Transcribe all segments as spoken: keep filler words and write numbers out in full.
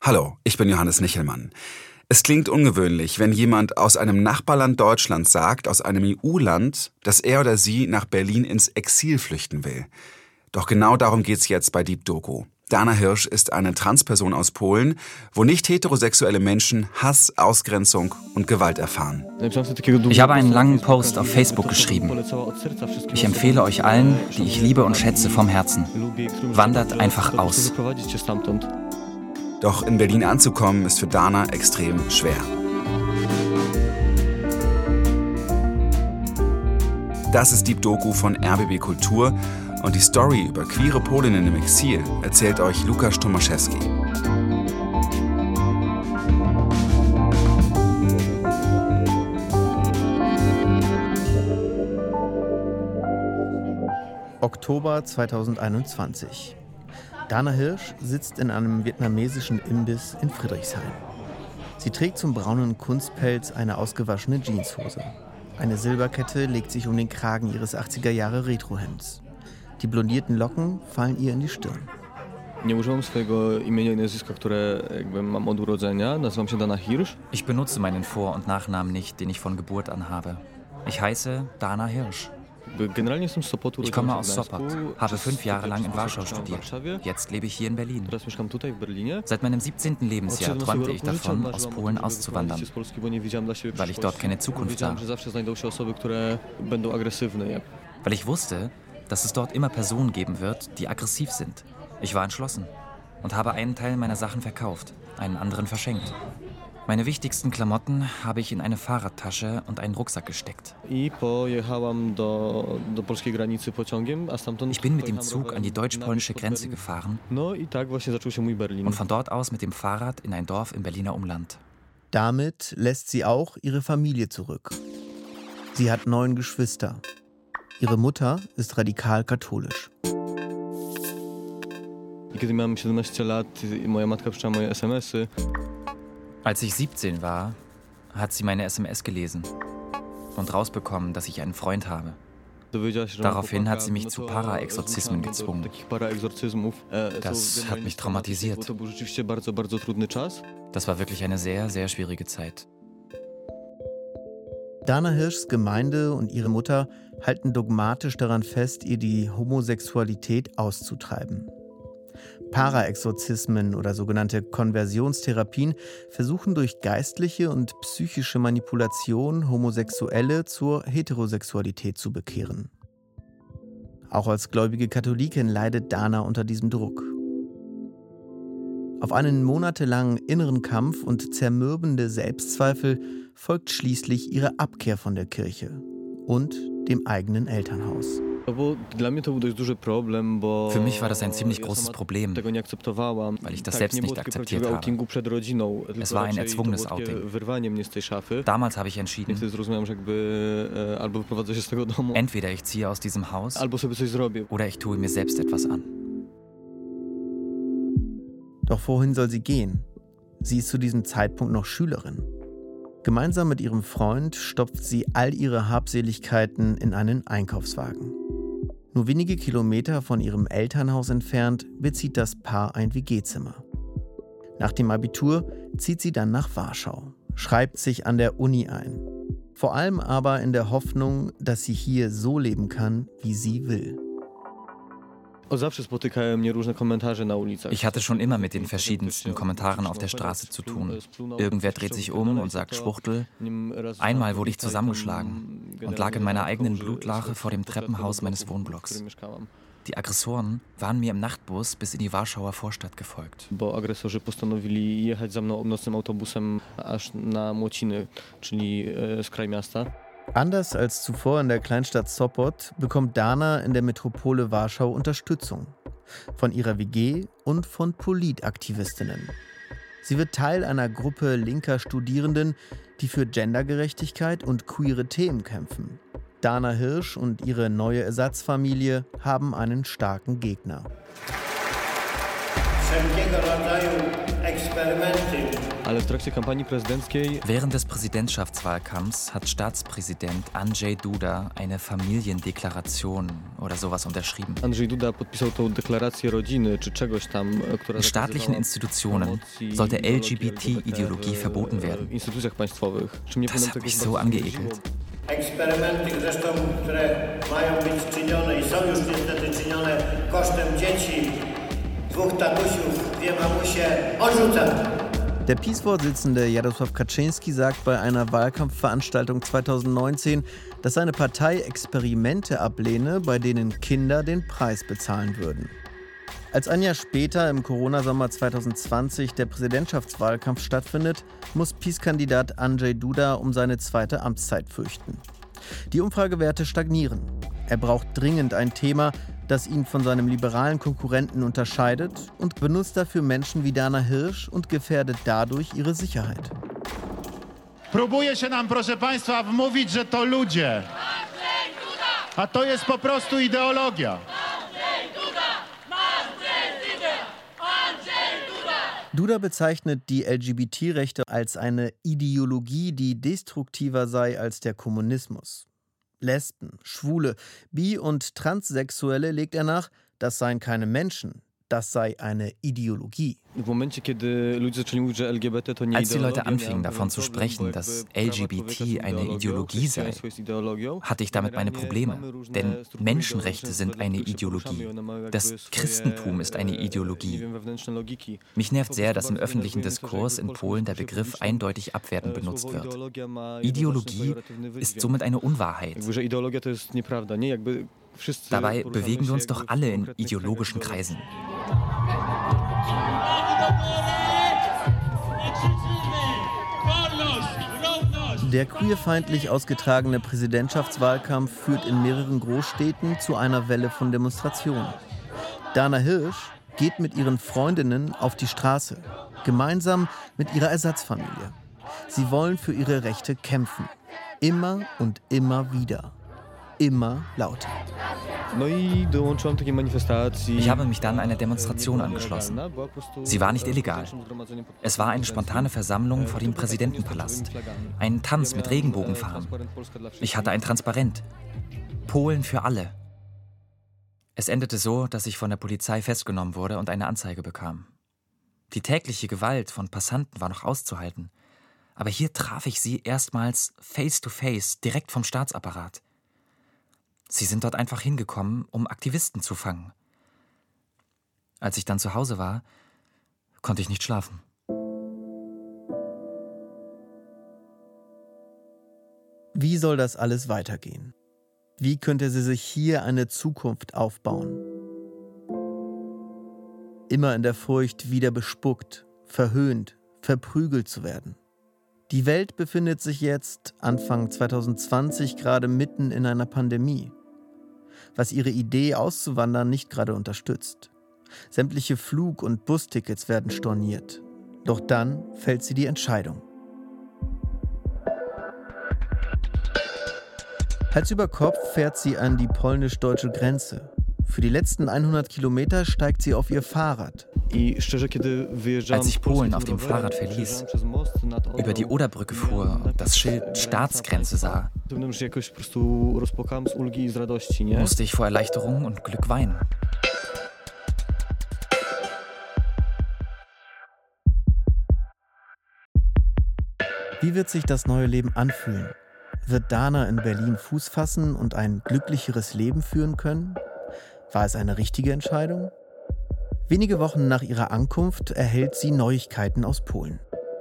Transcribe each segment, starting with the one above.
Hallo, ich bin Johannes Nichelmann. Es klingt ungewöhnlich, wenn jemand aus einem Nachbarland Deutschlands sagt, aus einem E U-Land, dass er oder sie nach Berlin ins Exil flüchten will. Doch genau darum geht's jetzt bei Deep Doku. Dana Hirsch ist eine Transperson aus Polen, wo nicht heterosexuelle Menschen Hass, Ausgrenzung und Gewalt erfahren. Ich habe einen langen Post auf Facebook geschrieben. Ich empfehle euch allen, die ich liebe und schätze, vom Herzen. Wandert einfach aus. Doch in Berlin anzukommen, ist für Dana extrem schwer. Das ist Deep Doku von R B B Kultur und die Story über queere Polinnen im Exil erzählt euch Lukasz Tomaszewski. Oktober zweitausendeinundzwanzig. Dana Hirsch sitzt in einem vietnamesischen Imbiss in Friedrichshain. Sie trägt zum braunen Kunstpelz eine ausgewaschene Jeanshose. Eine Silberkette legt sich um den Kragen ihres achtziger-Jahre-Retrohemds. Die blondierten Locken fallen ihr in die Stirn. Ich benutze meinen Vor- und Nachnamen nicht, den ich von Geburt an habe. Ich heiße Dana Hirsch. Ich komme aus Sopot, habe fünf Jahre lang in Warschau studiert. Jetzt lebe ich hier in Berlin. Seit meinem siebzehnten Lebensjahr träumte ich davon, aus Polen auszuwandern, weil ich dort keine Zukunft sah. Weil ich wusste, dass es dort immer Personen geben wird, die aggressiv sind. Ich war entschlossen und habe einen Teil meiner Sachen verkauft, einen anderen verschenkt. Meine wichtigsten Klamotten habe ich in eine Fahrradtasche und einen Rucksack gesteckt. Ich bin mit dem Zug an die deutsch-polnische Grenze gefahren und von dort aus mit dem Fahrrad in ein Dorf im Berliner Umland. Damit lässt sie auch ihre Familie zurück. Sie hat neun Geschwister. Ihre Mutter ist radikal katholisch. Als ich siebzehn war, hat sie meine S M S gelesen und rausbekommen, dass ich einen Freund habe. Daraufhin hat sie mich zu Para-Exorzismen gezwungen. Das hat mich traumatisiert. Das war wirklich eine sehr, sehr schwierige Zeit. Dana Hirschs Gemeinde und ihre Mutter halten dogmatisch daran fest, ihr die Homosexualität auszutreiben. Paraexorzismen oder sogenannte Konversionstherapien versuchen durch geistliche und psychische Manipulation Homosexuelle zur Heterosexualität zu bekehren. Auch als gläubige Katholikin leidet Dana unter diesem Druck. Auf einen monatelangen inneren Kampf und zermürbende Selbstzweifel folgt schließlich ihre Abkehr von der Kirche und dem eigenen Elternhaus. Für mich war das ein ziemlich großes Problem, weil ich das selbst nicht akzeptiert habe. Es war ein erzwungenes Outing. Damals habe ich entschieden, entweder ich ziehe aus diesem Haus oder ich tue mir selbst etwas an. Doch wohin soll sie gehen? Sie ist zu diesem Zeitpunkt noch Schülerin. Gemeinsam mit ihrem Freund stopft sie all ihre Habseligkeiten in einen Einkaufswagen. Nur wenige Kilometer von ihrem Elternhaus entfernt bezieht das Paar ein W G-Zimmer. Nach dem Abitur zieht sie dann nach Warschau, schreibt sich an der Uni ein. Vor allem aber in der Hoffnung, dass sie hier so leben kann, wie sie will. Ich hatte schon immer mit den verschiedensten Kommentaren auf der Straße zu tun. Irgendwer dreht sich um und sagt Schwuchtel. Einmal wurde ich zusammengeschlagen und lag in meiner eigenen Blutlache vor dem Treppenhaus meines Wohnblocks. Die Aggressoren waren mir im Nachtbus bis in die Warschauer Vorstadt gefolgt. Anders als zuvor in der Kleinstadt Sopot bekommt Dana in der Metropole Warschau Unterstützung. Von ihrer W G und von Politaktivistinnen. Sie wird Teil einer Gruppe linker Studierenden, die für Gendergerechtigkeit und queere Themen kämpfen. Dana Hirsch und ihre neue Ersatzfamilie haben einen starken Gegner. Während des Präsidentschaftswahlkampfs hat Staatspräsident Andrzej Duda eine Familiendeklaration oder sowas unterschrieben. In staatlichen Institutionen sollte L G B T-Ideologie verboten werden. Das hat mich so angeekelt. Eksperymenty zresztą, które mają być czynione i są już niestety czynione kosztem dzieci, dwóch tatusiów, dwie mamusie, odrzucam. Der PiS-Vorsitzende Jarosław Kaczyński sagt bei einer Wahlkampfveranstaltung zweitausendneunzehn, dass seine Partei Experimente ablehne, bei denen Kinder den Preis bezahlen würden. Als ein Jahr später, im Corona-Sommer zweitausendzwanzig, der Präsidentschaftswahlkampf stattfindet, muss PiS-Kandidat Andrzej Duda um seine zweite Amtszeit fürchten. Die Umfragewerte stagnieren. Er braucht dringend ein Thema, das ihn von seinem liberalen Konkurrenten unterscheidet und benutzt dafür Menschen wie Dana Hirsch und gefährdet dadurch ihre Sicherheit. Próbuje się nam, proszę Państwa, wmówić, że to ludzie. A to jest po prostu ideologia. Duda bezeichnet die L G B T-Rechte als eine Ideologie, die destruktiver sei als der Kommunismus. Lesben, Schwule, Bi- und Transsexuelle legt er nach, das seien keine Menschen, das sei eine Ideologie. Als die Leute anfingen, davon zu sprechen, dass L G B T eine Ideologie sei, hatte ich damit meine Probleme. Denn Menschenrechte sind eine Ideologie. Das Christentum ist eine Ideologie. Mich nervt sehr, dass im öffentlichen Diskurs in Polen der Begriff eindeutig abwertend benutzt wird. Ideologie ist somit eine Unwahrheit. Dabei bewegen wir uns doch alle in ideologischen Kreisen. Der queerfeindlich ausgetragene Präsidentschaftswahlkampf führt in mehreren Großstädten zu einer Welle von Demonstrationen. Dana Hirsch geht mit ihren Freundinnen auf die Straße, gemeinsam mit ihrer Ersatzfamilie. Sie wollen für ihre Rechte kämpfen. Immer und immer wieder. Immer lauter. Ich habe mich dann einer Demonstration angeschlossen. Sie war nicht illegal. Es war eine spontane Versammlung vor dem Präsidentenpalast. Ein Tanz mit Regenbogenfarben. Ich hatte ein Transparent. Polen für alle. Es endete so, dass ich von der Polizei festgenommen wurde und eine Anzeige bekam. Die tägliche Gewalt von Passanten war noch auszuhalten. Aber hier traf ich sie erstmals face to face, direkt vom Staatsapparat. Sie sind dort einfach hingekommen, um Aktivisten zu fangen. Als ich dann zu Hause war, konnte ich nicht schlafen. Wie soll das alles weitergehen? Wie könnte sie sich hier eine Zukunft aufbauen? Immer in der Furcht, wieder bespuckt, verhöhnt, verprügelt zu werden. Die Welt befindet sich jetzt, Anfang zweitausendzwanzig, gerade mitten in einer Pandemie, was ihre Idee auszuwandern nicht gerade unterstützt. Sämtliche Flug- und Bustickets werden storniert. Doch dann fällt sie die Entscheidung. Hals über Kopf fährt sie an die polnisch-deutsche Grenze. Für die letzten hundert Kilometer steigt sie auf ihr Fahrrad. Als ich Polen auf dem Fahrrad verließ, über die Oderbrücke fuhr und das Schild Staatsgrenze sah, musste ich vor Erleichterung und Glück weinen. Wie wird sich das neue Leben anfühlen? Wird Dana in Berlin Fuß fassen und ein glücklicheres Leben führen können? War es eine richtige Entscheidung? Wenige Wochen nach ihrer Ankunft erhält sie Neuigkeiten aus Polen.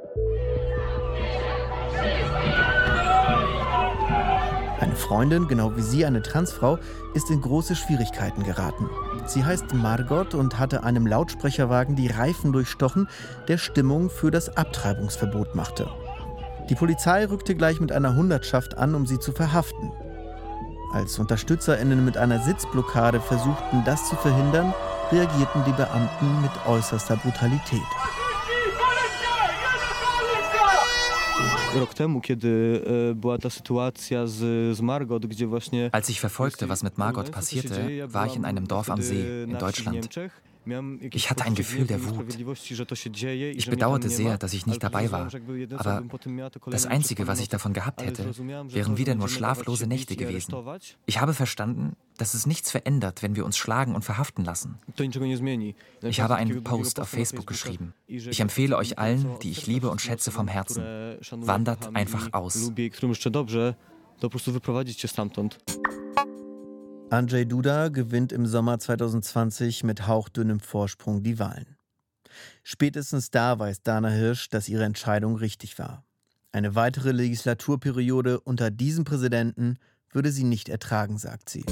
Eine Freundin, genau wie sie, eine Transfrau, ist in große Schwierigkeiten geraten. Sie heißt Margot und hatte einem Lautsprecherwagen die Reifen durchstochen, der Stimmung für das Abtreibungsverbot machte. Die Polizei rückte gleich mit einer Hundertschaft an, um sie zu verhaften. Als UnterstützerInnen mit einer Sitzblockade versuchten, das zu verhindern, reagierten die Beamten mit äußerster Brutalität. Als ich verfolgte, was mit Margot passierte, war ich in einem Dorf am See in Deutschland. Ich hatte ein Gefühl der Wut. Ich bedauerte sehr, dass ich nicht dabei war. Aber das Einzige, was ich davon gehabt hätte, wären wieder nur schlaflose Nächte gewesen. Ich habe verstanden, dass es nichts verändert, wenn wir uns schlagen und verhaften lassen. Ich habe einen Post auf Facebook geschrieben. Ich empfehle euch allen, die ich liebe und schätze vom Herzen, wandert einfach aus. Andrzej Duda gewinnt im Sommer zweitausendzwanzig mit hauchdünnem Vorsprung die Wahlen. Spätestens da weiß Dana Hirsch, dass ihre Entscheidung richtig war. Eine weitere Legislaturperiode unter diesem Präsidenten würde sie nicht ertragen, sagt sie.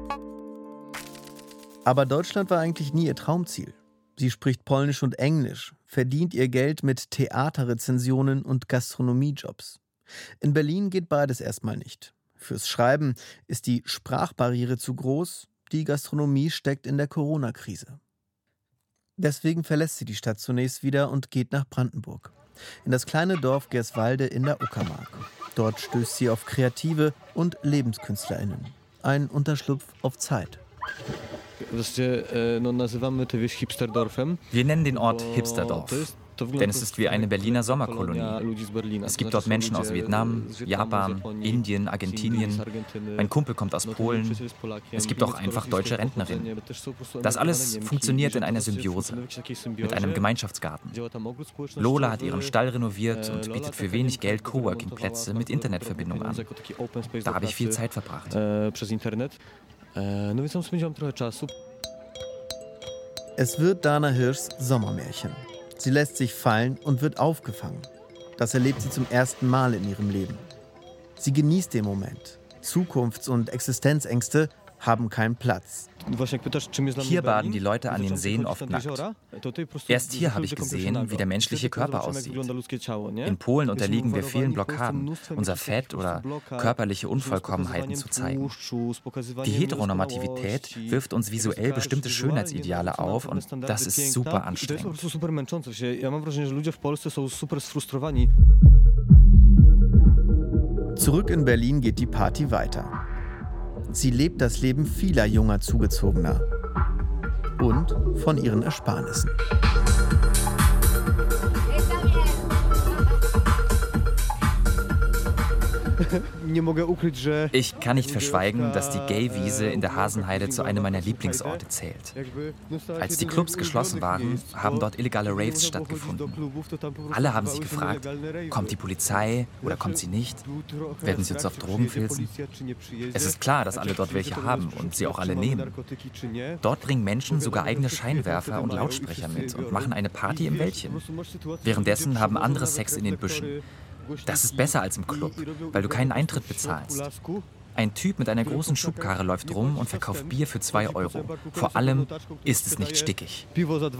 Aber Deutschland war eigentlich nie ihr Traumziel. Sie spricht Polnisch und Englisch, verdient ihr Geld mit Theaterrezensionen und Gastronomiejobs. In Berlin geht beides erstmal nicht. Fürs Schreiben ist die Sprachbarriere zu groß, die Gastronomie steckt in der Corona-Krise. Deswegen verlässt sie die Stadt zunächst wieder und geht nach Brandenburg. In das kleine Dorf Gerswalde in der Uckermark. Dort stößt sie auf Kreative und LebenskünstlerInnen. Ein Unterschlupf auf Zeit. Wir nennen den Ort Hipsterdorf, denn es ist wie eine Berliner Sommerkolonie. Es gibt dort Menschen aus Vietnam, Japan, Indien, Argentinien. Mein Kumpel kommt aus Polen. Es gibt auch einfach deutsche Rentnerinnen. Das alles funktioniert in einer Symbiose, mit einem Gemeinschaftsgarten. Lola hat ihren Stall renoviert und bietet für wenig Geld Coworking-Plätze mit Internetverbindung an. Da habe ich viel Zeit verbracht. Es wird Dana Hirschs Sommermärchen. Sie lässt sich fallen und wird aufgefangen. Das erlebt sie zum ersten Mal in ihrem Leben. Sie genießt den Moment. Zukunfts- und Existenzängste haben keinen Platz. Hier baden die Leute an den Seen oft nackt. Erst hier habe ich gesehen, wie der menschliche Körper aussieht. In Polen unterliegen wir vielen Blockaden, unser Fett oder körperliche Unvollkommenheiten zu zeigen. Die Heteronormativität wirft uns visuell bestimmte Schönheitsideale auf und das ist super anstrengend. Zurück in Berlin geht die Party weiter. Sie lebt das Leben vieler junger Zugezogener und von ihren Ersparnissen. Ich kann nicht verschweigen, dass die Gay-Wiese in der Hasenheide zu einem meiner Lieblingsorte zählt. Als die Clubs geschlossen waren, haben dort illegale Raves stattgefunden. Alle haben sich gefragt, kommt die Polizei oder kommt sie nicht? Werden sie uns auf Drogen filzen? Es ist klar, dass alle dort welche haben und sie auch alle nehmen. Dort bringen Menschen sogar eigene Scheinwerfer und Lautsprecher mit und machen eine Party im Wäldchen. Währenddessen haben andere Sex in den Büschen. Das ist besser als im Club, weil du keinen Eintritt bezahlst. Ein Typ mit einer großen Schubkarre läuft rum und verkauft Bier für zwei Euro. Vor allem ist es nicht stickig.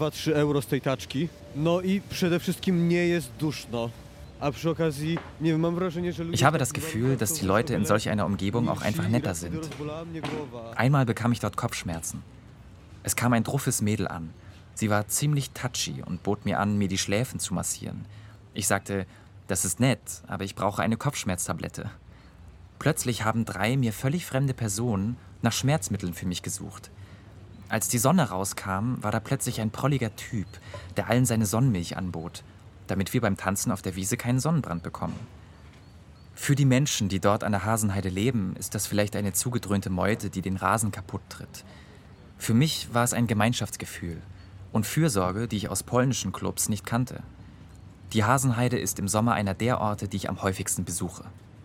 Ich habe das Gefühl, dass die Leute in solch einer Umgebung auch einfach netter sind. Einmal bekam ich dort Kopfschmerzen. Es kam ein druffes Mädel an. Sie war ziemlich touchy und bot mir an, mir die Schläfen zu massieren. Ich sagte, das ist nett, aber ich brauche eine Kopfschmerztablette. Plötzlich haben drei mir völlig fremde Personen nach Schmerzmitteln für mich gesucht. Als die Sonne rauskam, war da plötzlich ein prolliger Typ, der allen seine Sonnenmilch anbot, damit wir beim Tanzen auf der Wiese keinen Sonnenbrand bekommen. Für die Menschen, die dort an der Hasenheide leben, ist das vielleicht eine zugedröhnte Meute, die den Rasen kaputt tritt. Für mich war es ein Gemeinschaftsgefühl und Fürsorge, die ich aus polnischen Clubs nicht kannte. Die Hasenheide ist im Sommer einer der Orte, die ich am häufigsten besuche.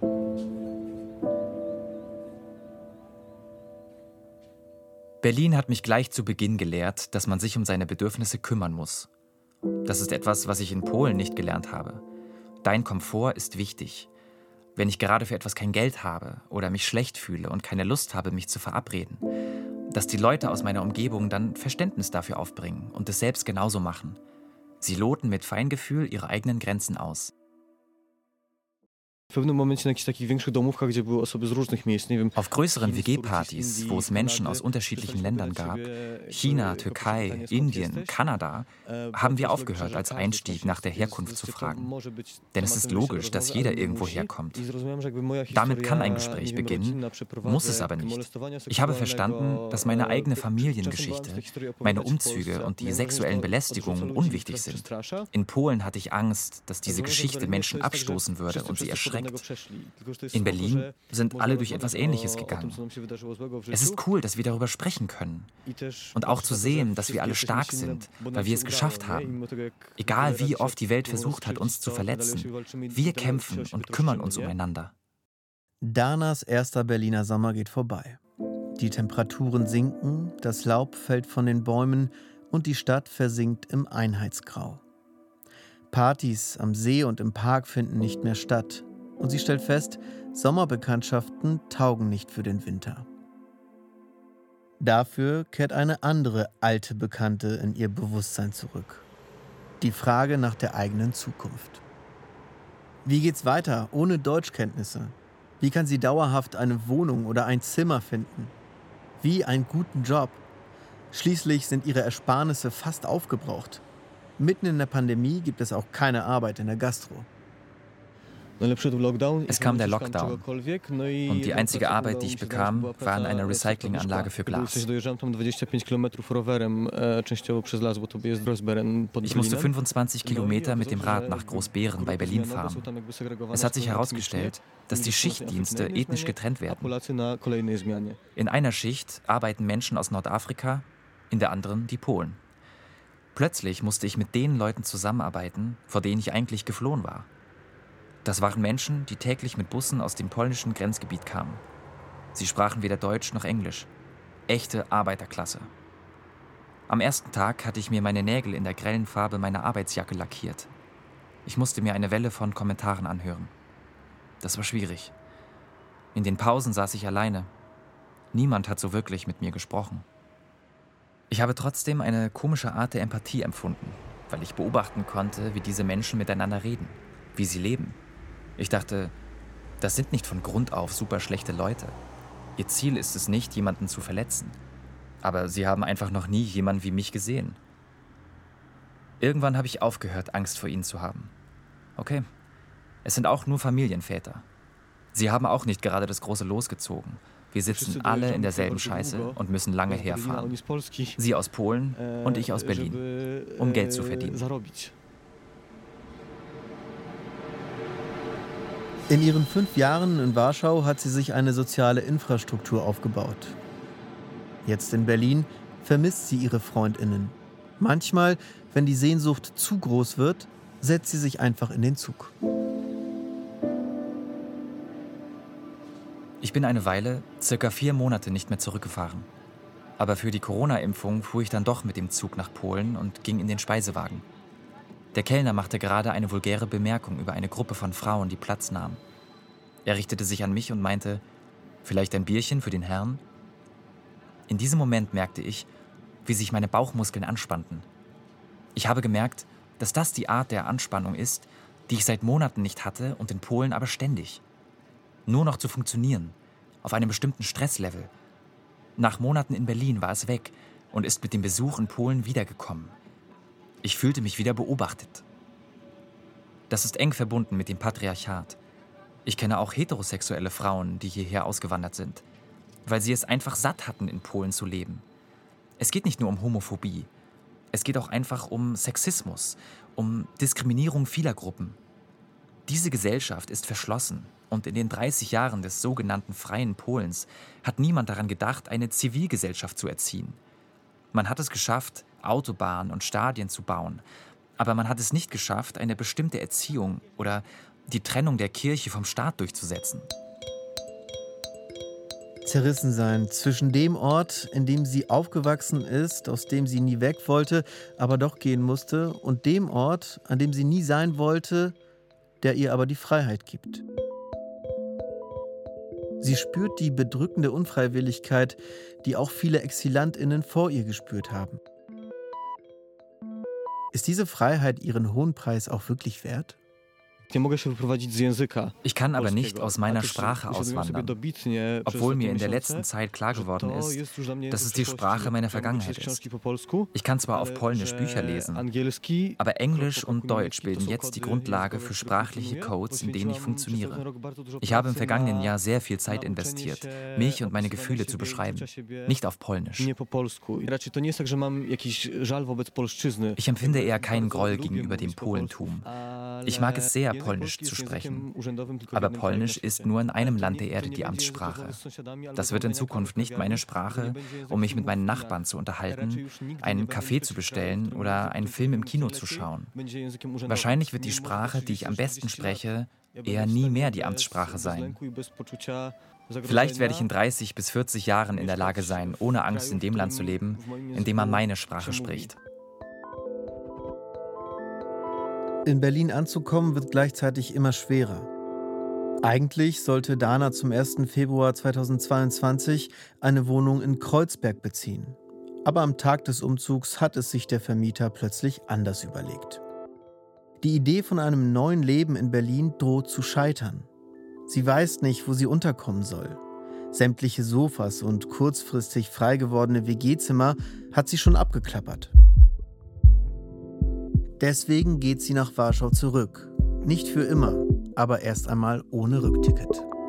Berlin hat mich gleich zu Beginn gelehrt, dass man sich um seine Bedürfnisse kümmern muss. Das ist etwas, was ich in Polen nicht gelernt habe. Dein Komfort ist wichtig. Wenn ich gerade für etwas kein Geld habe oder mich schlecht fühle und keine Lust habe, mich zu verabreden, dass die Leute aus meiner Umgebung dann Verständnis dafür aufbringen und es selbst genauso machen. Sie loten mit Feingefühl ihre eigenen Grenzen aus. Auf größeren W G-Partys, wo es Menschen aus unterschiedlichen Ländern gab, China, Türkei, Indien, Kanada, haben wir aufgehört, als Einstieg nach der Herkunft zu fragen. Denn es ist logisch, dass jeder irgendwo herkommt. Damit kann ein Gespräch beginnen, muss es aber nicht. Ich habe verstanden, dass meine eigene Familiengeschichte, meine Umzüge und die sexuellen Belästigungen unwichtig sind. In Polen hatte ich Angst, dass diese Geschichte Menschen abstoßen würde und sie erschreckt. In Berlin sind alle durch etwas Ähnliches gegangen. Es ist cool, dass wir darüber sprechen können. Und auch zu sehen, dass wir alle stark sind, weil wir es geschafft haben. Egal wie oft die Welt versucht hat, uns zu verletzen. Wir kämpfen und kümmern uns umeinander. Danas erster Berliner Sommer geht vorbei. Die Temperaturen sinken, das Laub fällt von den Bäumen und die Stadt versinkt im Einheitsgrau. Partys am See und im Park finden nicht mehr statt. Und sie stellt fest, Sommerbekanntschaften taugen nicht für den Winter. Dafür kehrt eine andere alte Bekannte in ihr Bewusstsein zurück. Die Frage nach der eigenen Zukunft. Wie geht's weiter ohne Deutschkenntnisse? Wie kann sie dauerhaft eine Wohnung oder ein Zimmer finden? Wie einen guten Job? Schließlich sind ihre Ersparnisse fast aufgebraucht. Mitten in der Pandemie gibt es auch keine Arbeit in der Gastro. Es kam der Lockdown und die einzige Arbeit, die ich bekam, war in einer Recyclinganlage für Glas. Ich musste fünfundzwanzig Kilometer mit dem Rad nach Großbeeren bei Berlin fahren. Es hat sich herausgestellt, dass die Schichtdienste ethnisch getrennt werden. In einer Schicht arbeiten Menschen aus Nordafrika, in der anderen die Polen. Plötzlich musste ich mit den Leuten zusammenarbeiten, vor denen ich eigentlich geflohen war. Das waren Menschen, die täglich mit Bussen aus dem polnischen Grenzgebiet kamen. Sie sprachen weder Deutsch noch Englisch. Echte Arbeiterklasse. Am ersten Tag hatte ich mir meine Nägel in der grellen Farbe meiner Arbeitsjacke lackiert. Ich musste mir eine Welle von Kommentaren anhören. Das war schwierig. In den Pausen saß ich alleine. Niemand hat so wirklich mit mir gesprochen. Ich habe trotzdem eine komische Art der Empathie empfunden, weil ich beobachten konnte, wie diese Menschen miteinander reden, wie sie leben. Ich dachte, das sind nicht von Grund auf super schlechte Leute. Ihr Ziel ist es nicht, jemanden zu verletzen. Aber sie haben einfach noch nie jemanden wie mich gesehen. Irgendwann habe ich aufgehört, Angst vor ihnen zu haben. Okay, es sind auch nur Familienväter. Sie haben auch nicht gerade das große Los gezogen. Wir sitzen alle in derselben Scheiße und müssen lange herfahren. Sie aus Polen und ich aus Berlin, um Geld zu verdienen. In ihren fünf Jahren in Warschau hat sie sich eine soziale Infrastruktur aufgebaut. Jetzt in Berlin vermisst sie ihre FreundInnen. Manchmal, wenn die Sehnsucht zu groß wird, setzt sie sich einfach in den Zug. Ich bin eine Weile, circa vier Monate, nicht mehr zurückgefahren. Aber für die Corona-Impfung fuhr ich dann doch mit dem Zug nach Polen und ging in den Speisewagen. Der Kellner machte gerade eine vulgäre Bemerkung über eine Gruppe von Frauen, die Platz nahmen. Er richtete sich an mich und meinte, vielleicht ein Bierchen für den Herrn? In diesem Moment merkte ich, wie sich meine Bauchmuskeln anspannten. Ich habe gemerkt, dass das die Art der Anspannung ist, die ich seit Monaten nicht hatte und in Polen aber ständig. Nur noch zu funktionieren, auf einem bestimmten Stresslevel. Nach Monaten in Berlin war es weg und ist mit dem Besuch in Polen wiedergekommen. Ich fühlte mich wieder beobachtet. Das ist eng verbunden mit dem Patriarchat. Ich kenne auch heterosexuelle Frauen, die hierher ausgewandert sind, weil sie es einfach satt hatten, in Polen zu leben. Es geht nicht nur um Homophobie. Es geht auch einfach um Sexismus, um Diskriminierung vieler Gruppen. Diese Gesellschaft ist verschlossen und in den dreißig Jahren des sogenannten freien Polens hat niemand daran gedacht, eine Zivilgesellschaft zu erziehen. Man hat es geschafft, Autobahnen und Stadien zu bauen, aber man hat es nicht geschafft, eine bestimmte Erziehung oder die Trennung der Kirche vom Staat durchzusetzen. Zerrissen sein zwischen dem Ort, in dem sie aufgewachsen ist, aus dem sie nie weg wollte, aber doch gehen musste, und dem Ort, an dem sie nie sein wollte, der ihr aber die Freiheit gibt. Sie spürt die bedrückende Unfreiwilligkeit, die auch viele ExilantInnen vor ihr gespürt haben. Ist diese Freiheit ihren hohen Preis auch wirklich wert? Ich kann aber nicht aus meiner Sprache auswandern, obwohl mir in der letzten Zeit klar geworden ist, dass es die Sprache meiner Vergangenheit ist. Ich kann zwar auf Polnisch Bücher lesen, aber Englisch und Deutsch bilden jetzt die Grundlage für sprachliche Codes, in denen ich funktioniere. Ich habe im vergangenen Jahr sehr viel Zeit investiert, mich und meine Gefühle zu beschreiben, nicht auf Polnisch. Ich empfinde eher keinen Groll gegenüber dem Polentum. Ich mag es sehr, Polnisch zu sprechen. Aber Polnisch ist nur in einem Land der Erde die Amtssprache. Das wird in Zukunft nicht meine Sprache, um mich mit meinen Nachbarn zu unterhalten, einen Kaffee zu bestellen oder einen Film im Kino zu schauen. Wahrscheinlich wird die Sprache, die ich am besten spreche, eher nie mehr die Amtssprache sein. Vielleicht werde ich in dreißig bis vierzig Jahren in der Lage sein, ohne Angst in dem Land zu leben, in dem man meine Sprache spricht. In Berlin anzukommen wird gleichzeitig immer schwerer. Eigentlich sollte Dana zum ersten Februar zweitausendzweiundzwanzig eine Wohnung in Kreuzberg beziehen. Aber am Tag des Umzugs hat es sich der Vermieter plötzlich anders überlegt. Die Idee von einem neuen Leben in Berlin droht zu scheitern. Sie weiß nicht, wo sie unterkommen soll. Sämtliche Sofas und kurzfristig frei gewordene W G-Zimmer hat sie schon abgeklappert. Deswegen geht sie nach Warschau zurück. Nicht für immer, aber erst einmal ohne Rückticket.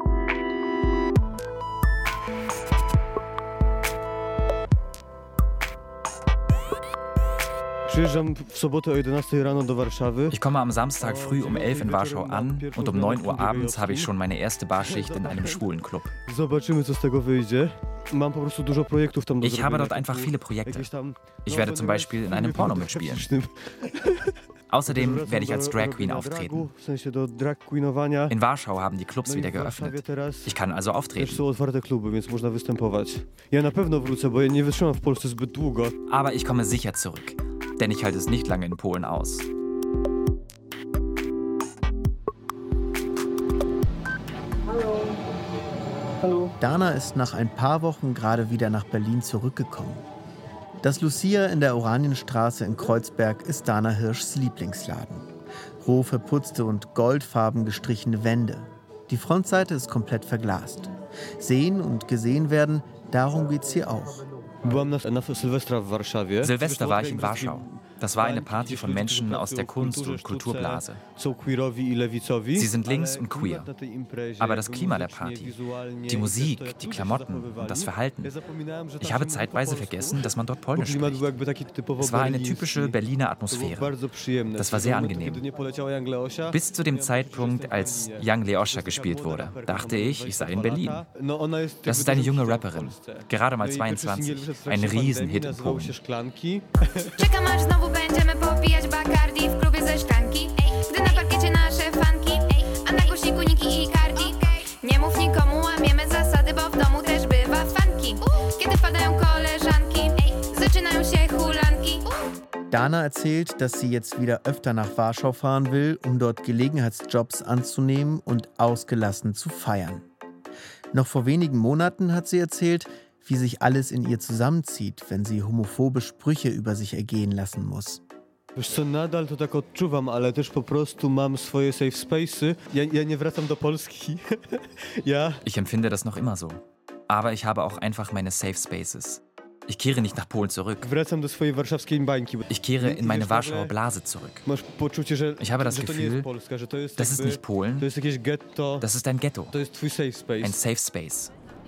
Ich komme am Samstag früh um elf in Warschau an und um neun Uhr abends habe ich schon meine erste Barschicht in einem schwulen Club. Ich habe dort einfach viele Projekte. Ich werde zum Beispiel in einem Porno mitspielen. Außerdem werde ich als Drag Queen auftreten. In Warschau haben die Clubs wieder geöffnet. Ich kann also auftreten. Aber ich komme sicher zurück, denn ich halte es nicht lange in Polen aus. Hallo. Dana ist nach ein paar Wochen gerade wieder nach Berlin zurückgekommen. Das Lucia in der Oranienstraße in Kreuzberg ist Dana Hirschs Lieblingsladen. Roh verputzte und goldfarben gestrichene Wände. Die Frontseite ist komplett verglast. Sehen und gesehen werden, darum geht's hier auch. Silvester war ich in Warschau. Das war eine Party von Menschen aus der Kunst- und Kulturblase. Sie sind links und queer. Aber das Klima der Party, die Musik, die Klamotten und das Verhalten. Ich habe zeitweise vergessen, dass man dort Polnisch spricht. Es war eine typische Berliner Atmosphäre. Das war sehr angenehm. Bis zu dem Zeitpunkt, als Young Leosha gespielt wurde, dachte ich, ich sei in Berlin. Das ist eine junge Rapperin, gerade mal zweiundzwanzig. Ein Riesenhit in Polen. Czekam aż znowu będziemy popijać Bacardi w klubie ze szklanki. Gdy na parkiecie nasze fanki, a na głośniku Niki i Cardi. Nie mów nikomu, łamiemy zasady, bo w domu też bywa funky. Kiedy wpadają koleżanki, zaczynają się hulanki. Dana erzählt, dass sie jetzt wieder öfter nach Warschau fahren will, um dort Gelegenheitsjobs anzunehmen und ausgelassen zu feiern. Noch vor wenigen Monaten hat sie erzählt, wie sich alles in ihr zusammenzieht, wenn sie homophobe Sprüche über sich ergehen lassen muss. Wiesz co, nadal to tak odczuwam, ale też po prostu mam swoje safe space'y. Ja, ja nie wracam do Polski. Ja. Ich empfinde das noch immer so. Aber ich habe auch einfach meine safe spaces. Ich kehre nicht nach Polen zurück. Wracam do swojej warszawskiej bańki. Ich kehre in meine Warschauer Blase zurück. Masz poczucie, że Ich habe das że to nie Gefühl, jest Polska, że to jest das ist jakby- nicht Polen, To jest jakieś getto. das ist ein Ghetto, To jest twój safe space. ein Safe Space.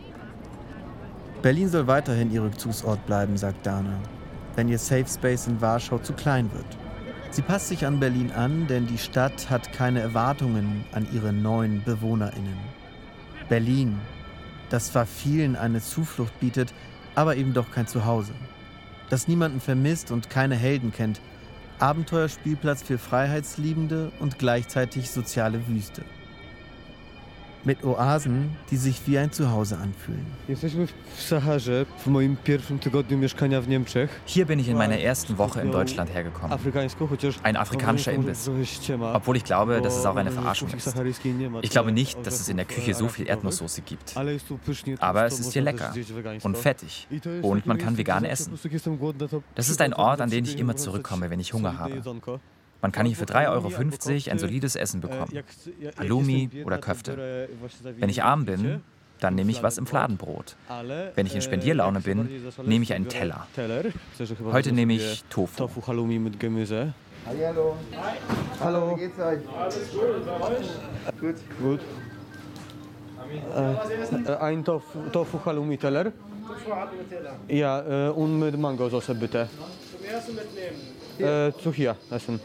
Berlin soll weiterhin ihr Rückzugsort bleiben, sagt Dana, wenn ihr Safe Space in Warschau zu klein wird. Sie passt sich an Berlin an, denn die Stadt hat keine Erwartungen an ihre neuen BewohnerInnen. Berlin, das zwar vielen eine Zuflucht bietet, aber eben doch kein Zuhause. Das niemanden vermisst und keine Helden kennt. Abenteuerspielplatz für Freiheitsliebende und gleichzeitig soziale Wüste. Mit Oasen, die sich wie ein Zuhause anfühlen. Jesteśmy w Saharze, w moim pierwszym tygodniu mieszkania w Niemczech. Hier bin ich in meiner ersten Woche in Deutschland hergekommen. Afrykańsko, chociaż Ein afrikanischer Imbiss. Obwohl ich glaube, dass es auch eine Verarschung ist. Ich glaube nicht, dass es in der Küche so viel Erdnusssoße gibt. Aber es ist hier lecker und fettig und man kann vegan essen. Das ist ein Ort, an den ich immer zurückkomme, wenn ich Hunger habe. Man kann hier für drei Euro fünfzig ein solides Essen bekommen. Halloumi oder Köfte. Wenn ich arm bin, dann nehme ich was im Fladenbrot. Wenn ich in Spendierlaune bin, nehme ich einen Teller. Heute nehme ich Tofu. Tofu Halloumi mit Gemüse. Hallo. Hallo. Wie geht's euch? Alles gut. Gut. Gut. Äh, ein Tofu, Tofu Halloumi Teller. Tofu Halloumi Teller. Ja, äh, und mit Mangosoße bitte. Zum Essen mitnehmen. Äh, zu hier essen.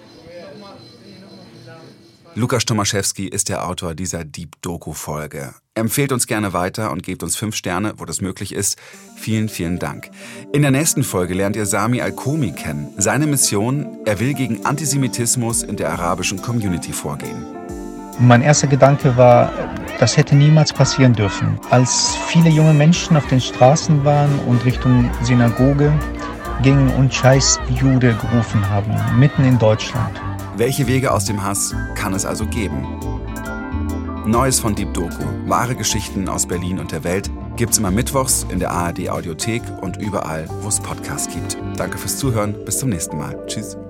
Lukasz Tomaszewski ist der Autor dieser Deep-Doku-Folge. Empfehlt uns gerne weiter und gebt uns fünf Sterne, wo das möglich ist. Vielen, vielen Dank. In der nächsten Folge lernt ihr Sami Alkomi kennen. Seine Mission, er will gegen Antisemitismus in der arabischen Community vorgehen. Mein erster Gedanke war, das hätte niemals passieren dürfen. Als viele junge Menschen auf den Straßen waren und Richtung Synagoge gingen und Scheiß Jude gerufen haben, mitten in Deutschland. Welche Wege aus dem Hass kann es also geben? Neues von Deep Doku, wahre Geschichten aus Berlin und der Welt, gibt's immer mittwochs in der A R D Audiothek und überall, wo es Podcasts gibt. Danke fürs Zuhören, bis zum nächsten Mal. Tschüss.